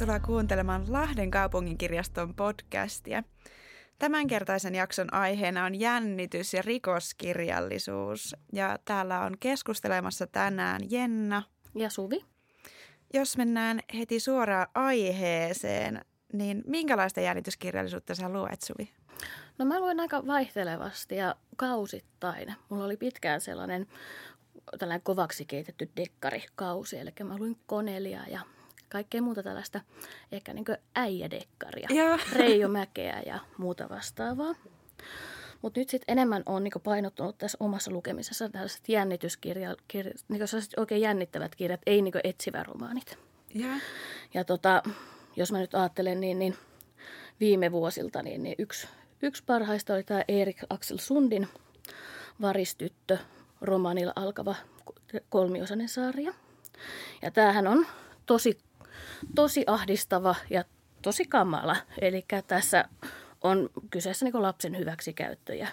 Tervetuloa kuuntelemaan Lahden kaupunginkirjaston podcastia. Tämänkertaisen jakson aiheena on jännitys ja rikoskirjallisuus. Ja täällä on keskustelemassa tänään Jenna ja Suvi. Jos mennään heti suoraan aiheeseen, niin minkälaista jännityskirjallisuutta sä luet, Suvi? No mä luen aika vaihtelevasti ja kausittain. Mulla oli pitkään tällainen kovaksi keitetty dekkarikausi, eli mä luin Conelia ja kaikkea muuta tällaista ehkä niin kuin äijädekkaria, Reijo Mäkeä ja muuta vastaavaa. Mutta nyt sitten enemmän on niin painottunut tässä omassa lukemisessa tällaiset jännityskirjat, niin oikein jännittävät kirjat, ei niin etsiväromaanit. Ja jos mä nyt ajattelen, niin viime vuosilta niin yksi parhaista oli tämä Erik Axel Sundin Varistyttö romaanilla alkava kolmiosainen sarja. Ja tämähän on tosi ahdistava ja tosi kamala. Eli tässä on kyseessä niin lapsen hyväksikäyttö ja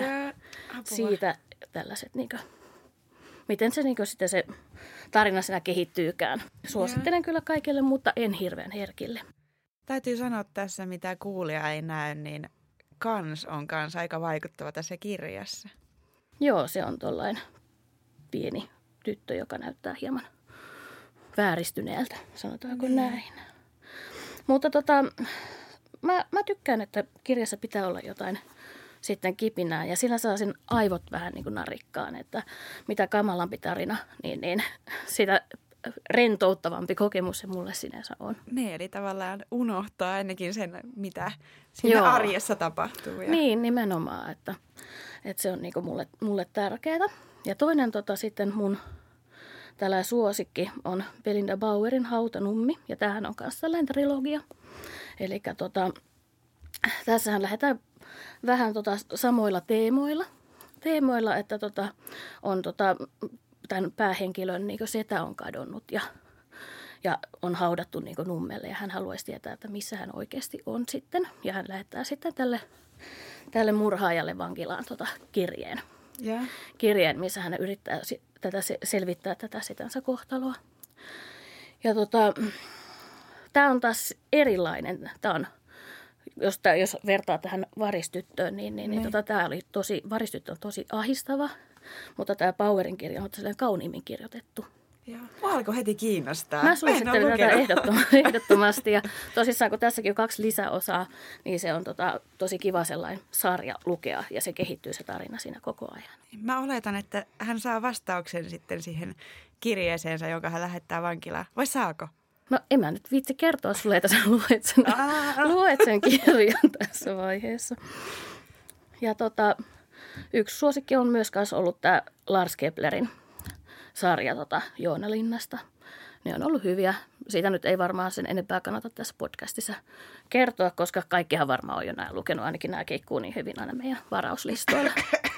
siitä tällaiset, niin kuin, miten se, niin kuin se tarina siinä kehittyykään. Suosittelen kyllä kaikille, mutta en hirveän herkille. Täytyy sanoa tässä, mitä kuulija ei näe, niin kans on aika vaikuttava tässä kirjassa. Joo, se on tollainen pieni tyttö, joka näyttää hieman vääristyneeltä, sanotaanko näin. Mutta mä tykkään, että kirjassa pitää olla jotain sitten kipinää ja sillä saa sen aivot vähän niin kuin narikkaan, että mitä kamalampi tarina, niin sitä rentouttavampi kokemus se mulle sinänsä on. Niin, eli tavallaan unohtaa ainakin sen, mitä siinä arjessa tapahtuu. Ja... Niin, nimenomaan, että se on niin kuin mulle tärkeää. Ja toinen sitten mun tällainen suosikki on Belinda Bauerin Hautanummi, ja tämähän on myös tällainen trilogia. Eli tässähän lähdetään vähän samoilla teemoilla, että on tämän päähenkilön niin setä on kadonnut ja on haudattu niin nummelle, ja hän haluaisi tietää, että missä hän oikeasti on sitten. Ja hän lähettää sitten tälle murhaajalle vankilaan kirjeen. Yeah. Kirjeen, missä hän yrittää selvittää tätä setänsä kohtaloa. Ja tämä on taas erilainen. Tämä on, jos vertaa tähän Varistyttöön, niin tämä oli Varistyttö on tosi ahistava, mutta tämä Bauerin kirja on kauniimmin kirjoitettu. Mua alkoi heti kiinnostaa. Mä suosittelen tätä ehdottomasti. Ja tosissaan, kun tässäkin on 2 lisäosaa, niin se on tosi kiva sellainen sarja lukea ja se kehittyy se tarina siinä koko ajan. Mä oletan, että hän saa vastauksen sitten siihen kirjeeseensä, jonka hän lähettää vankilaan. Vai saako? No en mä nyt viitsi kertoa sulle, että sä luet sen kirjan tässä vaiheessa. Ja yksi suosikki on myös ollut tämä Lars Keplerin sarja Joonalinnasta. Ne on ollut hyviä. Siitä nyt ei varmaan sen enempää kannata tässä podcastissa kertoa, koska kaikkihan varmaan on jo nämä lukenut. Ainakin nämä keikkuu niin hyvin aina meidän varauslistoilla.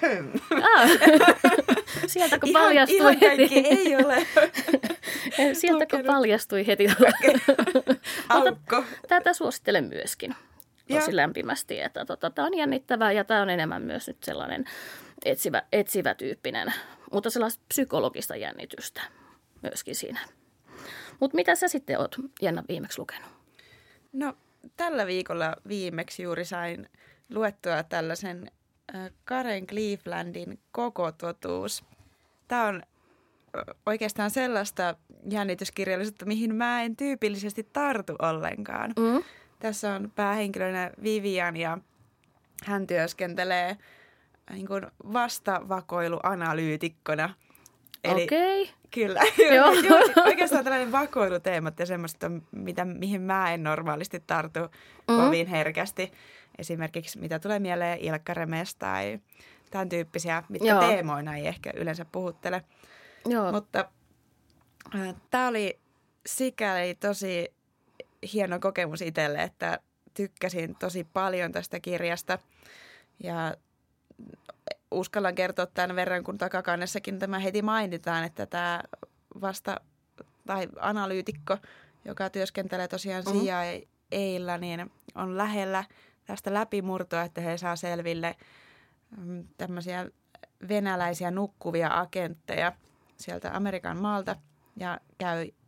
Sieltä kun paljastui heti. Ei ole. Sieltä kun paljastui heti. Aukko. Tätä suosittelen myöskin tosi lämpimästi. Että tämä on jännittävää ja tämä on enemmän myös nyt sellainen etsivä tyyppinen, mutta sellaista psykologista jännitystä myöskin siinä. Mutta mitä sä sitten oot, Jenna, viimeksi lukenut? No, tällä viikolla viimeksi juuri sain luettua tällaisen Karen Clevelandin Koko totuus. Tämä on oikeastaan sellaista jännityskirjallisuutta, mihin mä en tyypillisesti tartu ollenkaan. Tässä on päähenkilönä Vivian ja hän työskentelee niin kuin vastavakoiluanalyytikkona. Okei. Kyllä. Oikeastaan tällainen vakoiluteemat ja semmoista, mihin mä en normaalisti tartu kovin herkästi. Esimerkiksi mitä tulee mieleen Ilkka Remes tai tämän tyyppisiä, mitkä teemoina ei ehkä yleensä puhuttele. Mutta tämä oli sikäli tosi hieno kokemus itselle, että tykkäsin tosi paljon tästä kirjasta ja uskallan kertoa tämän verran, kun takakannessakin tämä heti mainitaan, että tämä analyytikko, joka työskentelee tosiaan CIA:lla, niin on lähellä tästä läpimurtoa, että he saa selville tämmöisiä venäläisiä nukkuvia agentteja sieltä Amerikan maalta ja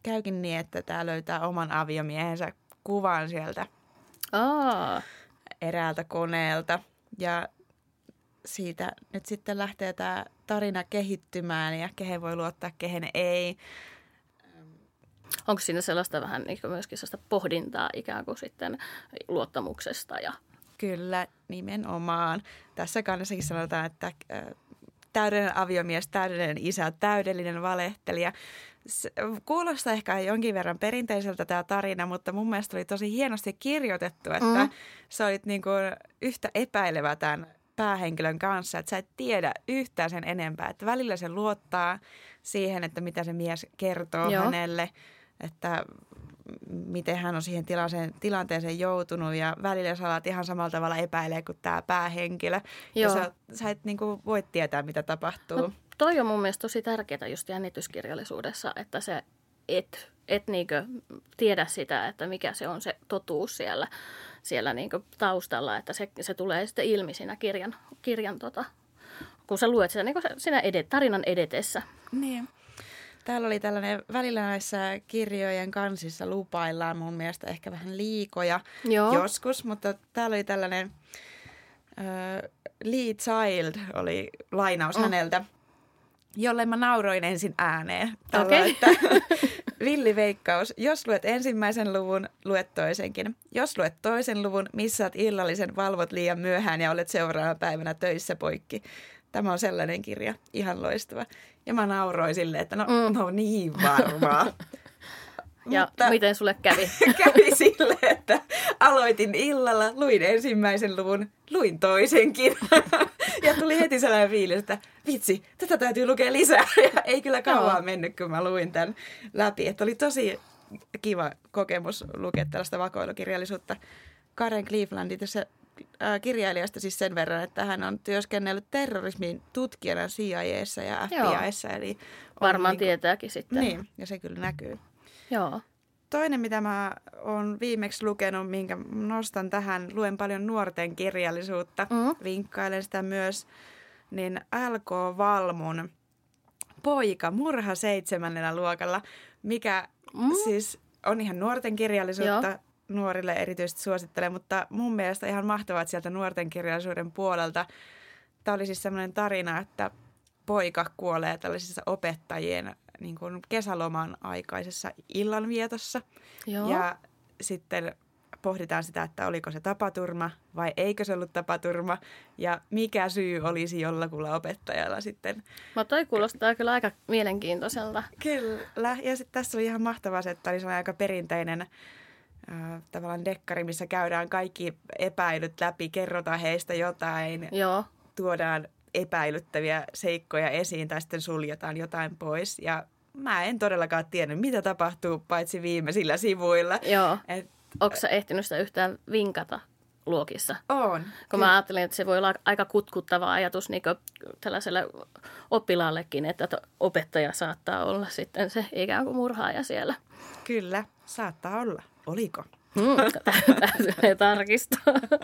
käykin niin, että tämä löytää oman aviomiehensä kuvan sieltä eräältä koneelta. Ja siitä nyt sitten lähtee tämä tarina kehittymään ja kehen voi luottaa, kehen ei. Onko siinä sellaista vähän niin myöskin sellaista pohdintaa ikään kuin sitten luottamuksesta? Kyllä, nimenomaan. Tässä kannessakin sanotaan, että täydellinen aviomies, täydellinen isä, täydellinen valehtelija. Se kuulostaa ehkä jonkin verran perinteiseltä tämä tarina, mutta mun mielestä oli tosi hienosti kirjoitettu, että sä olit niin kuin yhtä epäilevä tämän päähenkilön kanssa, että sä et tiedä yhtään sen enempää. Että välillä se luottaa siihen, että mitä se mies kertoo hänelle, että miten hän on siihen tilanteeseen joutunut ja välillä sä alat ihan samalla tavalla epäilee kuin tämä päähenkilö. Joo. Ja sä et niin kuin voi tietää, mitä tapahtuu. No, toi on mun mielestä tosi tärkeää just jännityskirjallisuudessa, että se et niinkö tiedä sitä, että mikä se on se totuus siellä niinkö taustalla, että se tulee sitten ilmi siinä kirjan kun sä luet sitä niinkö siinä tarinan edetessä. Niin. Täällä oli tällainen, välillä näissä kirjojen kansissa lupaillaan mun mielestä ehkä vähän liikoja joskus, mutta täällä oli tällainen Lee Child oli lainaus häneltä, jolle mä nauroin ensin ääneen. Tällä, että villiveikkaus, jos luet ensimmäisen luvun, luet toisenkin. Jos luet toisen luvun, missaat illallisen, valvot liian myöhään ja olet seuraavana päivänä töissä poikki. Tämä on sellainen kirja, ihan loistava. Ja mä nauroin silleen, että no niin varmaa. Ja mutta miten sulle kävi? Kävi silleen, että aloitin illalla, luin ensimmäisen luvun, luin toisenkin. Ja tuli heti sellainen fiilis, että vitsi, tätä täytyy lukea lisää. Ja ei kyllä kauan mennyt, kun mä luin tämän läpi. Että oli tosi kiva kokemus lukea tällaista vakoilukirjallisuutta. Karen Clevelandin tässä kirjailijasta siis sen verran, että hän on työskennellyt terrorismin tutkijana CIA:ssa ja FBI:ssä. Eli varmaan tietääkin sitten. Niin, ja se kyllä näkyy. Joo. Toinen, mitä mä oon viimeksi lukenut, minkä nostan tähän, luen paljon nuorten kirjallisuutta, vinkkailen sitä myös, niin L.K. Valmun Poika, murha 7. luokalla, mikä siis on ihan nuorten kirjallisuutta. Nuorille erityisesti suosittelen, mutta mun mielestä ihan mahtavaa, että sieltä nuorten kirjallisuuden puolelta. Tämä oli siis sellainen tarina, että poika kuolee tällaisissa opettajien niin kuin kesäloman aikaisessa illanvietossa. Joo. Ja sitten pohditaan sitä, että oliko se tapaturma vai eikö se ollut tapaturma ja mikä syy olisi jollakulla opettajalla sitten. Toi kuulostaa kyllä aika mielenkiintoiselta. Kyllä, ja sitten tässä oli ihan mahtavaa se, että oli sellainen aika perinteinen tavallaan dekkari, missä käydään kaikki epäilyt läpi, kerrotaan heistä jotain, tuodaan epäilyttäviä seikkoja esiin tai sitten suljetaan jotain pois. Ja mä en todellakaan tiennyt, mitä tapahtuu paitsi viimeisillä sivuilla. Joo. Onko sä ehtinyt sitä yhtään vinkata luokissa? On. Kun mä ajattelin, että se voi olla aika kutkuttava ajatus niin tällaiselle oppilaallekin, että opettaja saattaa olla sitten se ikään kuin murhaaja siellä. Kyllä, saattaa olla. Oliko? Täytyy tarkistaa.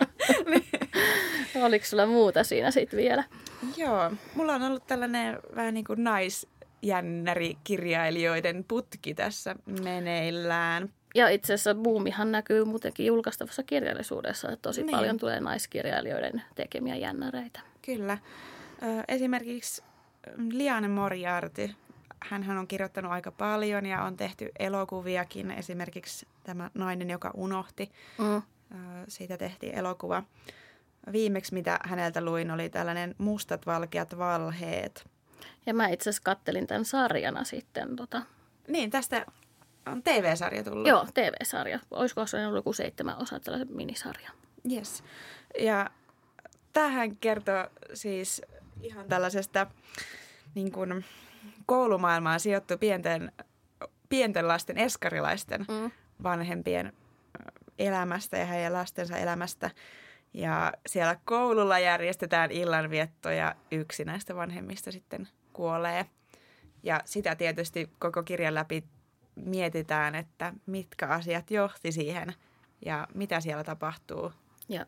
Oliko sulla muuta siinä sitten vielä? Joo, mulla on ollut tällainen vähän niin kuin naisjännärikirjailijoiden putki tässä meneillään. Ja itse asiassa buumihan näkyy muutenkin julkaistavassa kirjallisuudessa, että tosi paljon tulee naiskirjailijoiden tekemiä jännäreitä. Kyllä. Esimerkiksi Liane Moriarty, hänhän on kirjoittanut aika paljon ja on tehty elokuviakin. Esimerkiksi tämä Nainen, joka unohti. Siitä tehtiin elokuva. Viimeksi, mitä häneltä luin, oli tällainen Mustat valkeat valheet. Ja mä itse asiassa kattelin tämän sarjana sitten. Niin, tästä on TV-sarja tullut. Joo, TV-sarja. Olisiko se ollut joku 7 osa tällaisen minisarja? Yes. Ja tämähän kertoo siis ihan tällaisesta niin kuin koulumaailmaan sijoittu pienten lasten, eskarilaisten vanhempien elämästä ja heidän lastensa elämästä. Ja siellä koululla järjestetään illanvietto ja yksi näistä vanhemmista sitten kuolee. Ja sitä tietysti koko kirjan läpi mietitään, että mitkä asiat johti siihen ja mitä siellä tapahtuu. Ja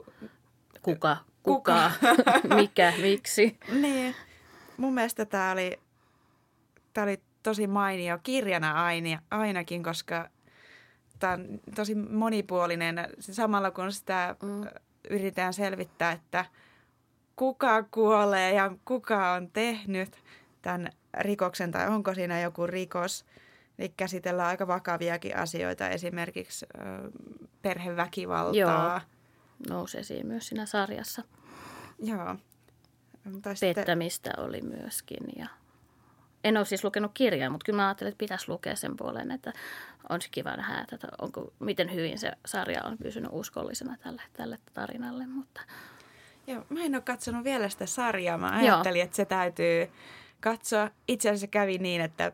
kuka? Mikä, miksi? Niin. Mun mielestä tämä oli tosi mainio kirjana ainakin, koska tämä on tosi monipuolinen. Samalla kun sitä yritetään selvittää, että kuka kuolee ja kuka on tehnyt tämän rikoksen tai onko siinä joku rikos. Eli käsitellään aika vakaviakin asioita, esimerkiksi perheväkivaltaa. Joo, nousi esiin myös siinä sarjassa. Joo. Pettämistä oli myöskin. Ja en ole siis lukenut kirjaa, mutta kyllä mä ajattelin, että pitäisi lukea sen puolen, että olisi kiva nähdä, että miten hyvin se sarja on pysynyt uskollisena tälle tarinalle. Mutta... Joo, mä en ole katsonut vielä sitä sarjaa. Mä ajattelin, että se täytyy katsoa. Itse asiassa kävi niin, että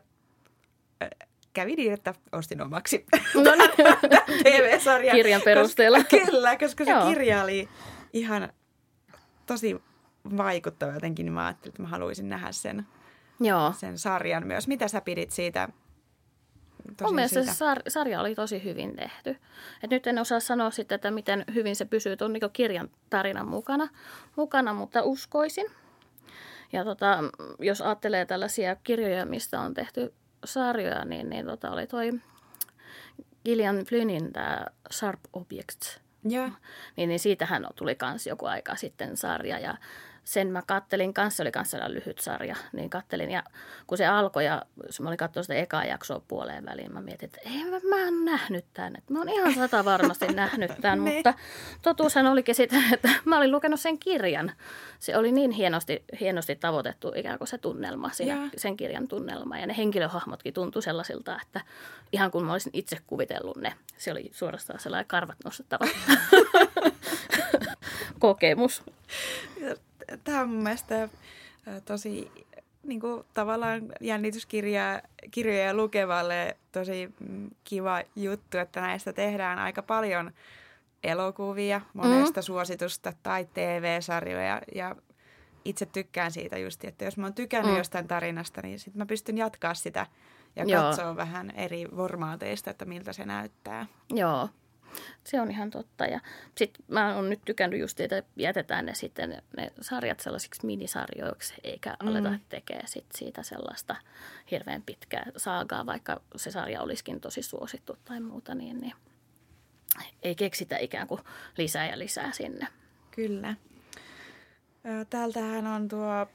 ostin omaksi TV-sarjan. Kirjan perusteella. Koska se kirja oli ihan tosi vaikuttava jotenkin, niin mä ajattelin, että mä haluaisin nähdä sen sarjan myös. Mitä sä pidit siitä? Mun mielestä se sarja oli tosi hyvin tehty. Et nyt en osaa sanoa sitten, että miten hyvin se pysyy tuon niin kirjan tarinan mukana, mutta uskoisin. Ja jos ajattelee tällaisia kirjoja, mistä on tehty sarjoja, niin oli toi Gillian Flynnin tämä Sharp Objects. Yeah. Niin siitähän tuli kans joku aika sitten sarja ja sen mä kattelin kanssa, se oli kanssa lyhyt sarja, niin kattelin ja kun se alkoi ja mä olin katsonut sitä ekaa jaksoa puoleen väliin, mä mietin, että mä oon nähnyt tämän, että mä oon ihan 100 varmasti nähnyt tämän, mutta totuushan olikin sitä, että mä olin lukenut sen kirjan. Se oli niin hienosti tavoitettu ikään kuin se tunnelma, sen kirjan tunnelma ja ne henkilöhahmotkin tuntui sellaisilta, että ihan kun mä olisin itse kuvitellut ne, se oli suorastaan sellainen karvat nostettava kokemus. Tämä on mun mielestä tosi niin kuin, tavallaan jännityskirjoja lukevalle tosi kiva juttu, että näistä tehdään aika paljon elokuvia, monesta suositusta tai TV-sarjoja ja itse tykkään siitä just, että jos mä oon tykännyt jostain tarinasta, niin sitten mä pystyn jatkaa sitä ja katsoa vähän eri formaateista, että miltä se näyttää. Joo. Se on ihan totta. Ja sitten mä oon nyt tykännyt just, että jätetään ne sarjat sellaisiksi minisarjoiksi, eikä aleta tekemään siitä sellaista hirveän pitkää saagaa, vaikka se sarja olisikin tosi suosittu tai muuta, niin ei keksitä ikään kuin lisää ja lisää sinne. Kyllä. Täältähän on tuo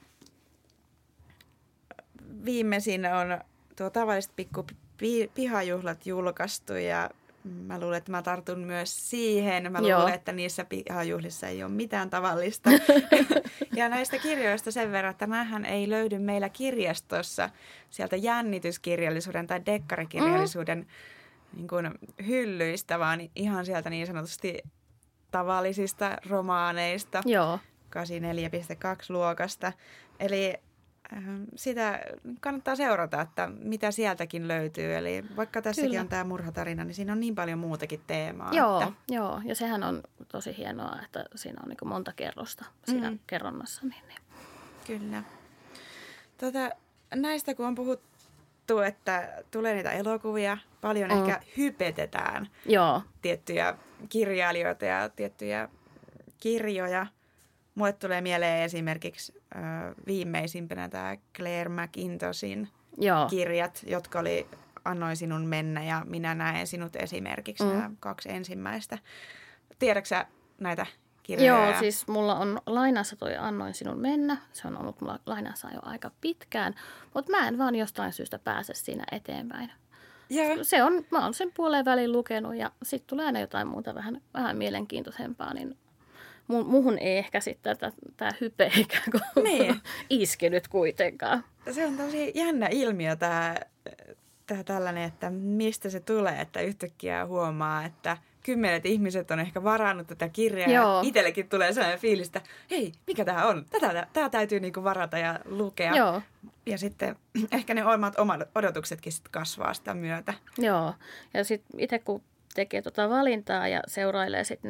viimeisin on tuo tavalliset pikku pihajuhlat julkaistu ja mä luulen, että mä tartun myös siihen. Mä luulen, että niissä pihajuhlissa ei ole mitään tavallista. Ja näistä kirjoista sen verran, että näähän ei löydy meillä kirjastossa sieltä jännityskirjallisuuden tai dekkarikirjallisuuden niin kuin hyllyistä, vaan ihan sieltä niin sanotusti tavallisista romaaneista. Joo. 84.2 luokasta. Eli sitä kannattaa seurata, että mitä sieltäkin löytyy. Eli vaikka tässäkin on tämä murhatarina, niin siinä on niin paljon muutakin teemaa. Joo, ja sehän on tosi hienoa, että siinä on niin kuin monta kerrosta siinä kerronnassa. Niin. Kyllä. Näistä kun on puhuttu, että tulee niitä elokuvia, paljon ehkä hypetetään tiettyjä kirjailijoita ja tiettyjä kirjoja. Mulle tulee mieleen esimerkiksi viimeisimpänä tämä Claire McIntoshin kirjat, jotka oli Annoin sinun mennä ja Minä näen sinut esimerkiksi, nämä 2 ensimmäistä. Tiedätkö sä näitä kirjoja? Joo, siis mulla on lainassa toi Annoin sinun mennä. Se on ollut mulla lainassa jo aika pitkään, mutta mä en vaan jostain syystä pääse siinä eteenpäin. Mä oon sen puoleen väliin lukenut ja sitten tulee aina jotain muuta vähän mielenkiintoisempaa, niin muuhun ei ehkä sitten tämä hype ikään kuin iskenyt kuitenkaan. Se on tosi jännä ilmiö tämä tällainen, että mistä se tulee, että yhtäkkiä huomaa, että 10 ihmiset on ehkä varannut tätä kirjaa. Ja itsellekin tulee sellainen fiilis, että hei, mikä tämä on? Tätä täytyy niinku varata ja lukea. Joo. Ja sitten ehkä ne omat odotuksetkin sit kasvaa sitä myötä. Joo, ja sitten itse kun tekee valintaa ja seurailee sitten niitä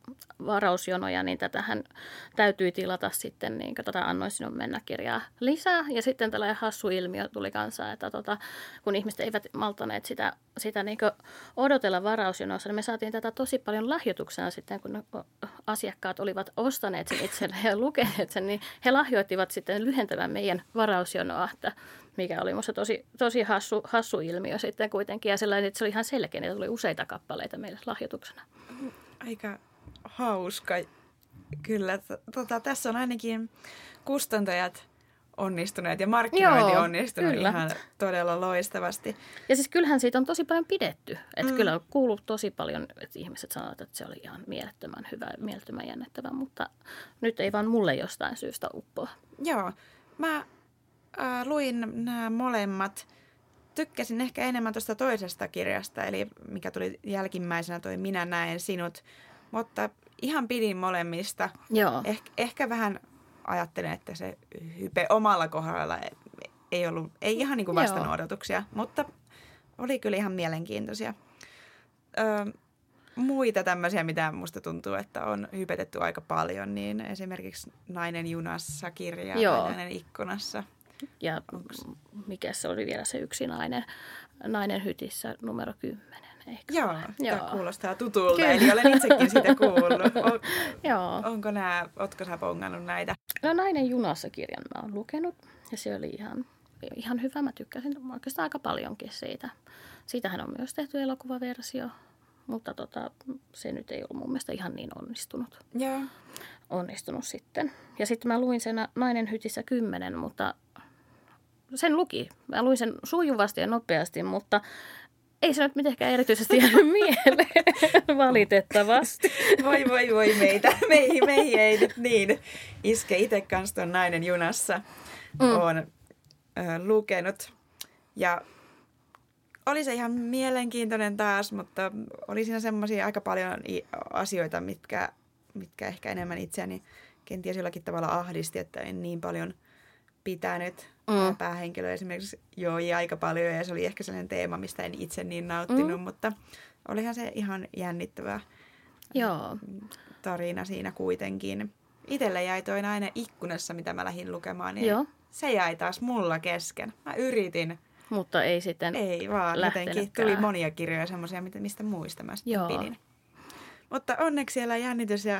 varausjonoja, niin tätähän täytyi tilata sitten niin Annoin sinun mennä -kirjaa lisää. Ja sitten tällainen hassu ilmiö tuli kanssa, että kun ihmiset eivät maltaneet sitä niin odotella varausjonossa, niin me saatiin tätä tosi paljon lahjoituksena sitten, kun asiakkaat olivat ostaneet sen itselleen ja lukeneet sen, niin he lahjoittivat sitten lyhentämään meidän varausjonoa, että mikä oli minusta tosi hassu ilmiö sitten kuitenkin. Ja sellainen, että se oli ihan selkeä, että tuli useita kappaleita meille lahjoituksena. Aika hauska. Kyllä, tässä on ainakin kustantajat onnistuneet ja markkinointi onnistunut ihan todella loistavasti. Ja siis kyllähän siitä on tosi paljon pidetty. Että kyllä on kuullut tosi paljon, että ihmiset sanovat, että se oli ihan mielettömän hyvä, mielettömän jännittävä, mutta nyt ei vaan mulle jostain syystä uppoa. Joo, mä luin nämä molemmat. Tykkäsin ehkä enemmän tuosta toisesta kirjasta, eli mikä tuli jälkimmäisenä toi Minä näen sinut, mutta ihan pidin molemmista. Joo. Ehkä vähän ajattelen, että se hype omalla kohdalla ei ihan niin kuin vastannut odotuksia, mutta oli kyllä ihan mielenkiintoisia. Muita tämmöisiä, mitä musta tuntuu, että on hypetetty aika paljon, niin esimerkiksi Nainen junassa -kirja tai Nainen ikkunassa. Ja mikä se oli vielä se yksi nainen hytissä numero 10. Joo, tämä kuulostaa tutulta, eli olen itsekin sitä kuullut. Ootko sä bongannut näitä? No Nainen junassa -kirjan mä oon lukenut ja se oli ihan hyvä. Mä tykkäsin oikeastaan aika paljonkin siitä. Siitähän on myös tehty elokuvaversio, mutta se nyt ei ollut mun mielestä ihan niin onnistunut. Joo. Onnistunut sitten. Ja sitten mä luin sen Nainen hytissä 10, mutta sen luki. Mä luin sen sujuvasti ja nopeasti, mutta ei se nyt mitenkään erityisesti jäänyt mieleen, valitettavasti. Voi meitä. Meihin ei nyt niin iske. Itse kanssa tuon Nainen junassa olen lukenut. Ja oli se ihan mielenkiintoinen taas, mutta oli siinä semmoisia aika paljon asioita, mitkä ehkä enemmän itseäni kenties jollakin tavalla ahdisti, että en niin paljon pitänyt. Päähenkilö esimerkiksi joi aika paljon ja se oli ehkä sellainen teema, mistä en itse niin nauttinut, mutta olihan se ihan jännittävä tarina siinä kuitenkin. Itselle jäi toi Nainen ikkunassa, mitä mä lähdin lukemaan, niin se jäi taas mulla kesken. Mä yritin. Mutta ei sitten ei vaan, jotenkin tuli monia kirjoja semmoisia, mistä muista mä sitten pidin. Mutta onneksi siellä jännitys ja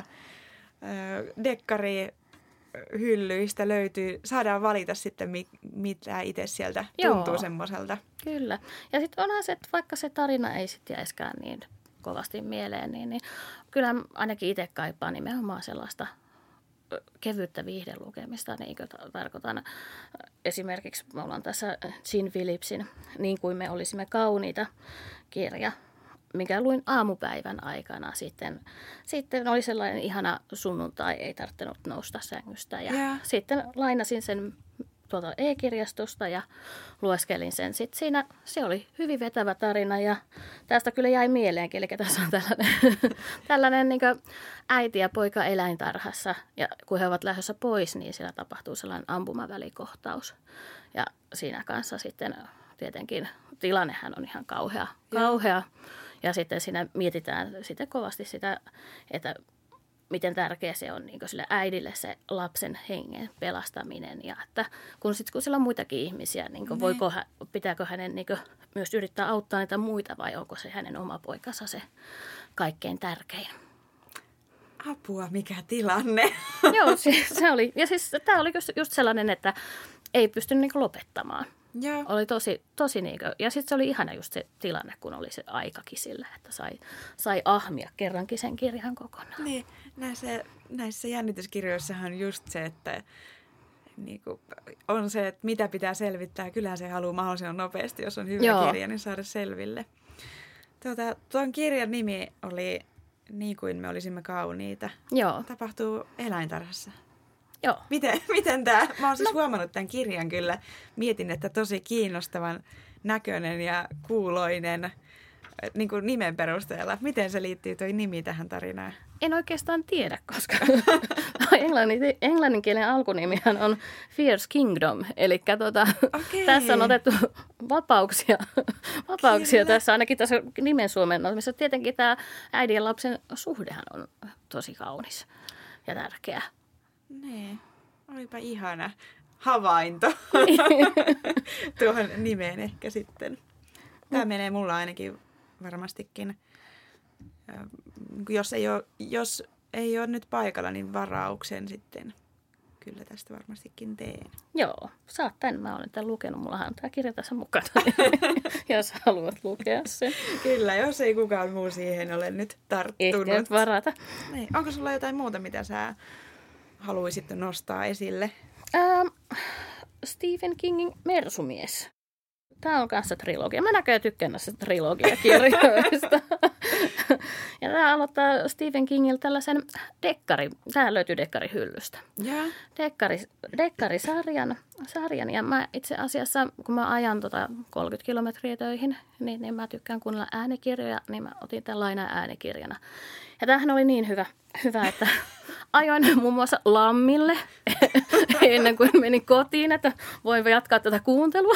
dekkari hyllyistä löytyy, saadaan valita sitten, mitä itse sieltä tuntuu semmoiselta. Kyllä. Ja sitten onhan se, että vaikka se tarina ei sitten jäiskään niin kovasti mieleen, niin kyllä ainakin itse kaipaa nimenomaan sellaista kevyttä viihdelukemista, niin kuin tarkoitan. Esimerkiksi me ollaan tässä Jean Phillipsin Niin kuin me olisimme kauniita -kirja, mikä luin aamupäivän aikana. Sitten oli sellainen ihana sunnuntai, ei tarvinnut nousta sängystä. Ja sitten lainasin sen tuolta e-kirjastosta ja lueskelin sen. Sitten siinä se oli hyvin vetävä tarina ja tästä kyllä jäi mieleenkin. Eli tässä on tällainen niin kuin äiti ja poika eläintarhassa ja kun he ovat lähdössä pois, niin siellä tapahtuu sellainen ampumavälikohtaus. Ja siinä kanssa sitten tietenkin tilannehän on ihan kauhea. Ja sitten siinä mietitään sitten kovasti sitä, että miten tärkeä se on niin sille äidille se lapsen hengen pelastaminen. Ja että kun siellä on muitakin ihmisiä, niin pitääkö hänen niin myös yrittää auttaa niitä muita vai onko se hänen oma poikansa se kaikkein tärkein. Apua, mikä tilanne. Joo, se oli. Ja siis tämä oli just sellainen, että ei pystynyt niin lopettamaan. Joo. Oli tosi ja sitten se oli ihana just se tilanne, kun oli se aikakin sillä, että sai ahmia kerrankin sen kirjan kokonaan. Niin, näissä jännityskirjoissahan just se, että niinku, on se, että mitä pitää selvittää. Kyllähän se haluaa mahdollisimman nopeasti, jos on hyvä kirja, niin saada selville. Tuon kirjan nimi oli Niin kuin me olisimme kauniita. Joo. Tapahtuu eläintarhassa. Joo. Miten tämä? Mä oon siis huomannut tämän kirjan kyllä. Mietin, että tosi kiinnostavan näköinen ja kuuloinen. niin kuin nimen perusteella. Miten se liittyy tuo nimi tähän tarinaan? En oikeastaan tiedä, koska englanninkielinen alkunimihän on Fierce Kingdom. Eli tässä on otettu vapauksia tässä, ainakin tässä nimen suomennoimissa. Tietenkin tämä äidin ja lapsen suhdehan on tosi kaunis ja tärkeä. Nee, olipa ihana havainto tuohon nimeen ehkä sitten. Tämä menee mulla ainakin varmastikin, jos ei ole nyt paikalla, niin varauksen sitten kyllä tästä varmastikin teen. Joo, saat tän. Mä olen tämän lukenut. Mullahan on tämä kirja tässä mukana, jos haluat lukea sen. Kyllä, jos ei kukaan muu siihen ole nyt tarttunut. Ehtiät varata. Niin. Onko sulla jotain muuta, mitä sä haluaisit nostaa esille? Stephen Kingin Mersumies. Tämä on kanssa trilogia. Mä näköjään tykkään näistä trilogiakirjoista. Ja tämä aloittaa Stephen Kingiltä tällaisen tämä löytyy dekkarihyllystä. Yeah. Dekkarisarjan. Ja mä itse asiassa, kun mä ajan 30 kilometriä töihin, niin mä tykkään kuunnella äänikirjoja, niin mä otin tämän lainaa äänikirjana. Ja tämähän oli niin hyvä, että ajoin muun muassa Lammille ennen kuin menin kotiin, että voin jatkaa tätä kuuntelua.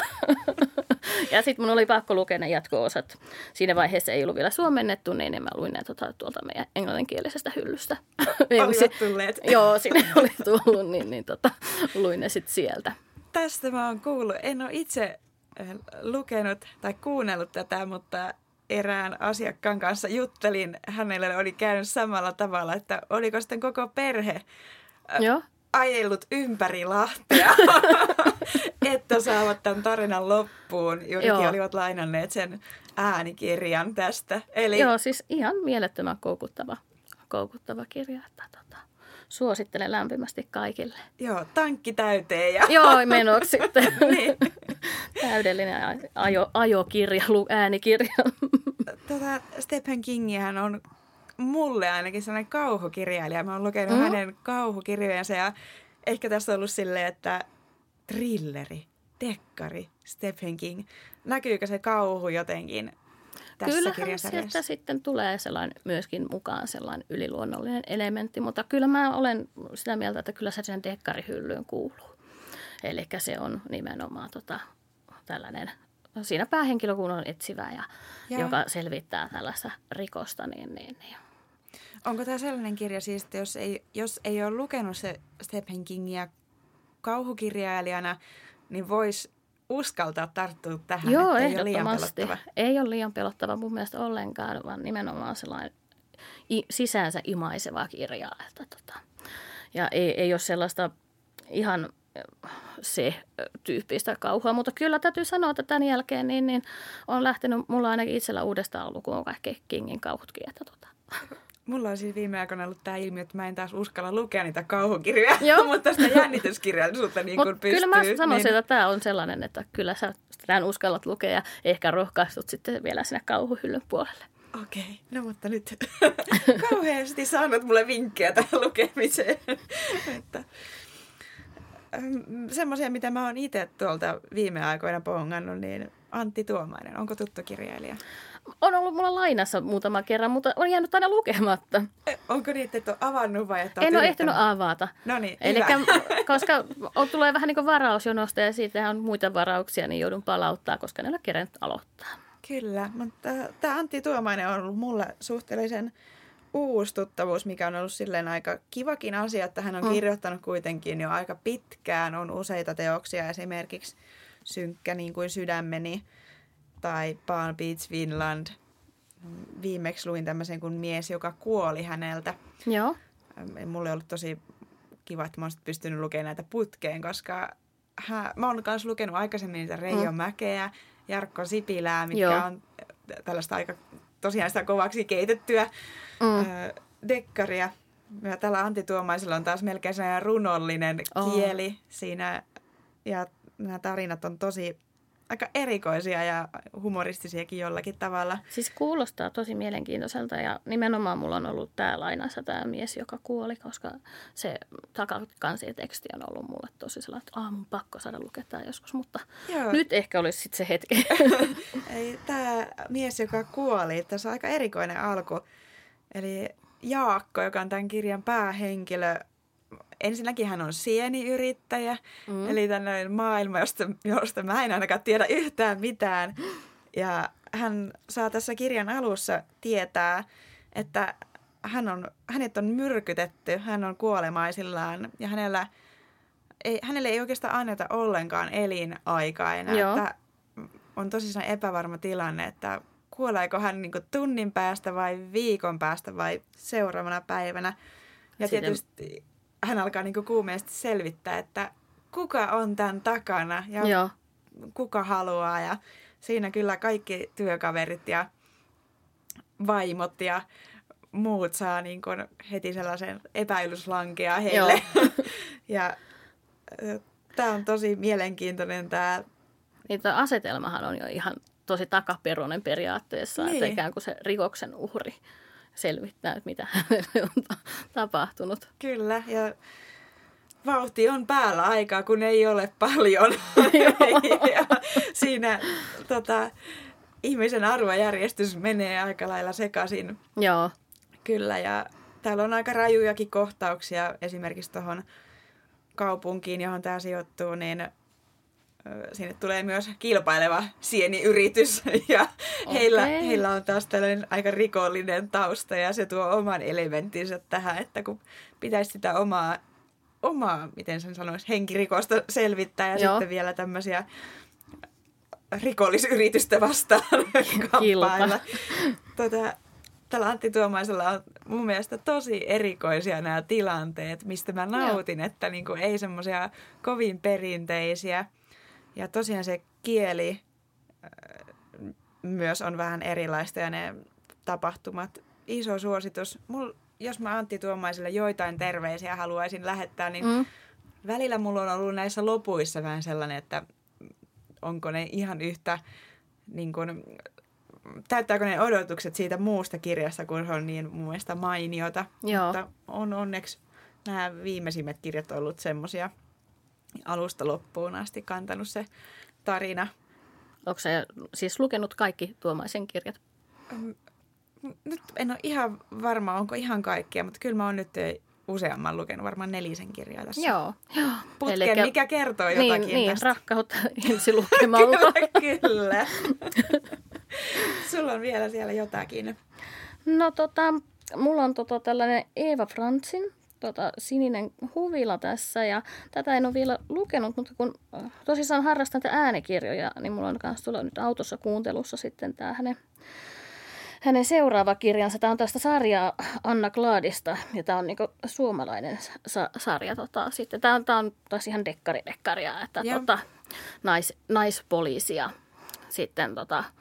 Ja sitten mun oli pakko lukea ne jatko-osat. Siinä vaiheessa ei ollut vielä suomennettu, niin mä luin ne tuolta meidän englanninkielisestä hyllystä. Olivat tulleet. Joo, sinne oli tullut, niin luin ne sitten sieltä. Tästä mä oon kuullut. En ole itse lukenut tai kuunnellut tätä, mutta erään asiakkaan kanssa juttelin. Hänelle oli käynyt samalla tavalla, että oliko sitten koko perhe ajellut ympäri Lahtea, että saavat tämän tarinan loppuun. Juurikin olivat lainanneet sen äänikirjan tästä. Eli... Joo, siis ihan mielettömän koukuttava kirja. Suosittelen lämpimästi kaikille. Joo, tankki täyteen. Joo, menoksi sitten. Niin. Täydellinen ajokirja, äänikirja. Stephen Kingihän on mulle ainakin sellainen kauhukirjailija. Mä oon lukenut hänen kauhukirjojensa ja ehkä tässä on ollut silleen, että thrilleri, dekkari, Stephen King. Näkyykö se kauhu jotenkin tässä kirjasarjassa? Kyllähän sieltä sitten tulee myöskin mukaan sellainen yliluonnollinen elementti, mutta kyllä mä olen sitä mieltä, että kyllä se sen dekkarihyllyyn kuuluu. Eli se on nimenomaan tällainen, siinä päähenkilö kun on etsivä ja joka selvittää tällaista rikosta. Niin. Onko tämä sellainen kirja siis, että jos ei ole lukenut se Stephen Kingia kauhukirjailijana, niin voisi uskaltaa tarttua tähän, Joo, että ei ole liian pelottava? Ei ole liian pelottava mun mielestä ollenkaan, vaan nimenomaan sellainen sisäänsä imaiseva kirja. Ja ei ole sellaista ihan se tyyppistä kauhua, mutta kyllä täytyy sanoa, että tämän jälkeen niin on lähtenyt, mulla ainakin itsellä uudestaan lukuun kaikki Kingin kauhutkin. Mulla on siis viime aikoina ollut tämä ilmiö, että mä en taas uskalla lukea niitä kauhukirjoja, mutta sitä jännityskirjallisuutta niin kuin pystyy. Kyllä mä sanoisin, että tämä on sellainen, että kyllä sä tämän uskallat lukea ja ehkä rohkaistut sitten vielä sinne kauhuhyllyn puolelle. Okei, no mutta nyt kauheasti saanut mulle vinkkejä tähän lukemiseen. Semmoisia, mitä mä oon itse tuolta viime aikoina pongannut, niin Antti Tuomainen, onko tuttu kirjailija? On ollut mulla lainassa muutama kerran, mutta on jäänyt aina lukematta. Onko niitä, että on avannut vai että en ole ehtinyt avata. No niin, koska tulee vähän niin kuin varausjonosta ja siitä on muita varauksia, niin joudun palauttaa, koska ne on kerännyt aloittaa. Kyllä, mutta tämä Antti Tuomainen on ollut mulle suhteellisen uusi tuttavuus, mikä on ollut silleen aika kivakin asia, että hän on kirjoittanut kuitenkin jo aika pitkään. On useita teoksia, esimerkiksi Synkkä niin kuin sydämeni tai Palm Beach, Finland. Viimeksi luin tämmöisen kuin Mies, joka kuoli häneltä. Joo. Mulle on ollut tosi kiva, että mä oon pystynyt lukemaan näitä putkeen, koska mä oon myös lukenut aikaisemmin niitä Reijo Mäkeä, Jarkko Sipilää, mikä on tällaista aika tosiaan sitä kovaksi keitettyä dekkaria. Ja tällä Antti Tuomaisella on taas melkein sellainen runollinen kieli siinä. Ja nämä tarinat on tosi aika erikoisia ja humoristisiakin jollakin tavalla. Siis kuulostaa tosi mielenkiintoiselta ja nimenomaan mulla on ollut tää lainassa tämä mies, joka kuoli, koska se takakansiteksti on ollut mulle tosi sellainen, että mun pakko saada lukea tää joskus, mutta nyt ehkä olisi sitten se hetki. Tämä mies, joka kuoli, tässä on aika erikoinen alku. Eli Jaakko, joka on tämän kirjan päähenkilö, ensinnäkin hän on sieniyrittäjä, eli tällainen maailma, josta mä en ainakaan tiedä yhtään mitään. Ja hän saa tässä kirjan alussa tietää, että hänet on myrkytetty, hän on kuolemaisillaan ja hänelle ei oikeastaan anneta ollenkaan elinaikaa enää. Että on tosi epävarma tilanne, että kuoleeko hän niin kuin tunnin päästä vai viikon päästä vai seuraavana päivänä. Ja tietysti hän alkaa niin kuin kuumeesti selvittää, että kuka on tämän takana ja kuka haluaa. Ja siinä kyllä kaikki työkaverit ja vaimot ja muut saa niin kuin heti sellaisen epäilyslankea heille. Ja tämä on tosi mielenkiintoinen tämä. Niin tuo asetelmahan on jo ihan tosi takaperoinen periaatteessa, että ikään kuin se rikoksen uhri selvittää, että mitä hänelle on tapahtunut. Kyllä, ja vauhti on päällä aikaa, kun ei ole paljon. Ja siinä ihmisen arvojärjestys menee aika lailla sekaisin. Joo. Kyllä, ja täällä on aika rajujakin kohtauksia esimerkiksi tuohon kaupunkiin, johon tämä sijoittuu, niin sinne tulee myös kilpaileva sieniyritys ja heillä on taas tällainen aika rikollinen tausta ja se tuo oman elementtinsä tähän, että kun pitäisi sitä omaa miten sen sanoisi, henkirikosta selvittää ja sitten vielä tämmöisiä rikollisyritystä vastaan kamppailla. Tällä Antti Tuomaisella on mun mielestä tosi erikoisia nämä tilanteet, mistä mä nautin, että niinku ei semmoisia kovin perinteisiä. Ja tosiaan se kieli myös on vähän erilaista ja ne tapahtumat. Iso suositus. Jos mä Antti Tuomaiselle joitain terveisiä haluaisin lähettää, niin välillä mulla on ollut näissä lopuissa vähän sellainen, että onko ne ihan yhtä, niin kuin, täyttääkö ne odotukset siitä muusta kirjasta, kun se on niin mun mielestä mainiota. Joo. Mutta on onneksi nämä viimeisimmät kirjat ollut semmoisia alusta loppuun asti kantanut se tarina. Onko sä siis lukenut kaikki Tuomaisen kirjat? Nyt en ole ihan varma, onko ihan kaikkia, mutta kyllä mä oon nyt useamman lukenut, varmaan 4 kirjaa tässä. Joo. Putken, mikä kertoo jotakin niin, tästä. rakkautta ensi lukemalla. Kyllä. Sulla on vielä siellä jotakin. No mulla on tällainen Eeva Frantzin Sininen huvila tässä ja tätä en ole vielä lukenut, mutta kun tosissaan harrastan äänikirjoja, niin mulla on myös tulla nyt autossa kuuntelussa sitten tämä hänen seuraava kirjansa. Tämä on tästä sarjaa Anna Gladista ja tämä on niinku suomalainen sarja. Sitten tämä on taas ihan dekkaria, että naispoliisia sitten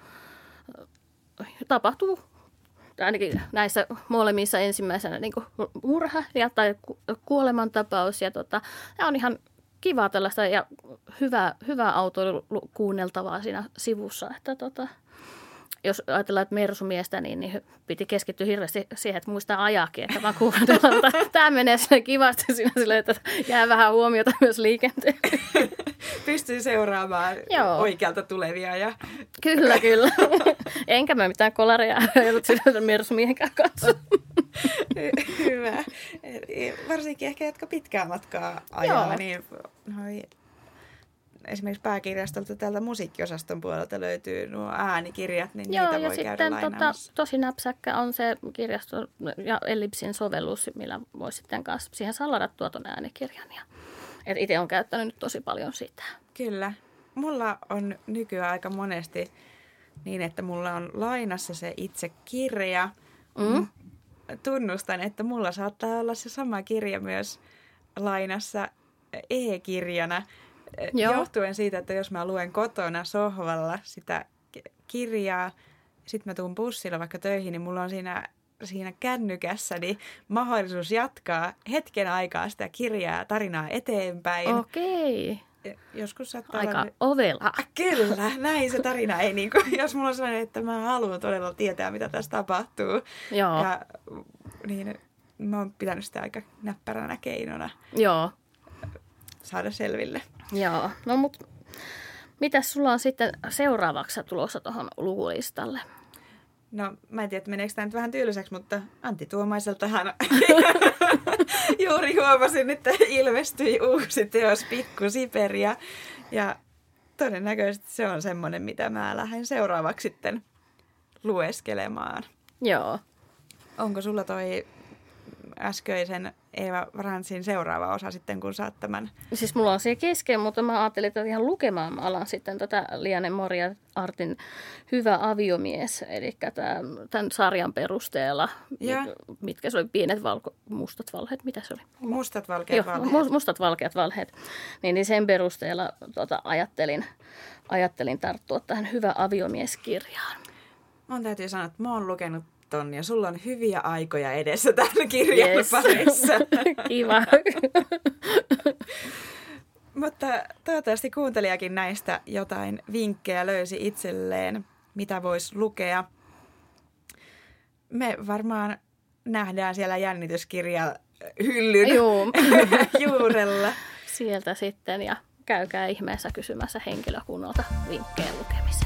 tapahtuu ainakin näissä molemmissa ensimmäisenä niin kuin murha tai kuolemantapaus. Ja tämä on ihan kivaa tällaista ja hyvää autoilu kuunneltavaa siinä sivussa. Että jos ajatellaan, että mersumiestä, niin piti keskittyä hirveästi siihen, että muistaa ajakin. Että vaan kuunnella, tämä menee sinne kivasti siinä silleen, että jää vähän huomiota myös liikenteen. Pystyy seuraamaan oikealta tulevia. Ja Kyllä. Enkä mä mitään kolareja ajatellut sillä mersumiehenkään kanssa. Hyvä. Varsinkin ehkä, jotka pitkää matkaa ajaa, niin esimerkiksi pääkirjastolta täältä musiikkiosaston puolelta löytyy nuo äänikirjat, niin niitä voi käydä lainaamassa. Tosi näpsäkkä on se kirjasto ja Ellipsin sovellus, millä voi sitten kanssa siihen saa ladattua tuon äänikirjan. Itse olen käyttänyt nyt tosi paljon sitä. Kyllä. Mulla on nykyään aika monesti niin, että mulla on lainassa se itse kirja. Tunnustan, että mulla saattaa olla se sama kirja myös lainassa e-kirjana. Johtuen siitä, että jos mä luen kotona sohvalla sitä kirjaa, sitten mä tuun bussilla vaikka töihin, niin mulla on siinä kännykässäni mahdollisuus jatkaa hetken aikaa sitä kirjaa, tarinaa eteenpäin. Okei. joskus saattaa Aika olla... ovela. Kyllä, näin se tarina ei niin kuin, jos mulla on sellainen, että mä haluan todella tietää, mitä tässä tapahtuu. Joo. Ja niin mä oon pitänyt sitä aika näppäränä keinona Joo. saada selville. Joo. No mut mitäs sulla on sitten seuraavaksi tulossa tuohon lukulistalle? No mä en tiedä, meneekö tämä nyt vähän tyyliseksi, mutta Antti Tuomaiseltahan juuri huomasin, että ilmestyi uusi teos Pikku Siperia. Ja todennäköisesti se on semmoinen, mitä mä lähden seuraavaksi sitten lueskelemaan. Joo. Onko sulla toi äskeisen Eeva Fransin seuraava osa sitten, kun saat tämän? Siis mulla on siellä kesken, mutta mä ajattelin, että ihan lukemaan mä alan sitten tätä Liane Moriartyn Hyvä aviomies. Eli tämän sarjan perusteella, mitkä se oli, pienet mustat valheet, mitä se oli? Mustat valkeat valheet. Mustat valkeat valheet. Niin sen perusteella ajattelin tarttua tähän Hyvä aviomies-kirjaan. Mun täytyy sanoa, että mä oon lukenut ton ja sulla on hyviä aikoja edessä tämän kirjan parissa. Kiva. Mutta toivottavasti kuuntelijakin näistä jotain vinkkejä löysi itselleen, mitä voisi lukea. Me varmaan nähdään siellä jännityskirja hyllyn juurella. Sieltä sitten ja käykää ihmeessä kysymässä henkilökunnalta vinkkejä lukemiseen.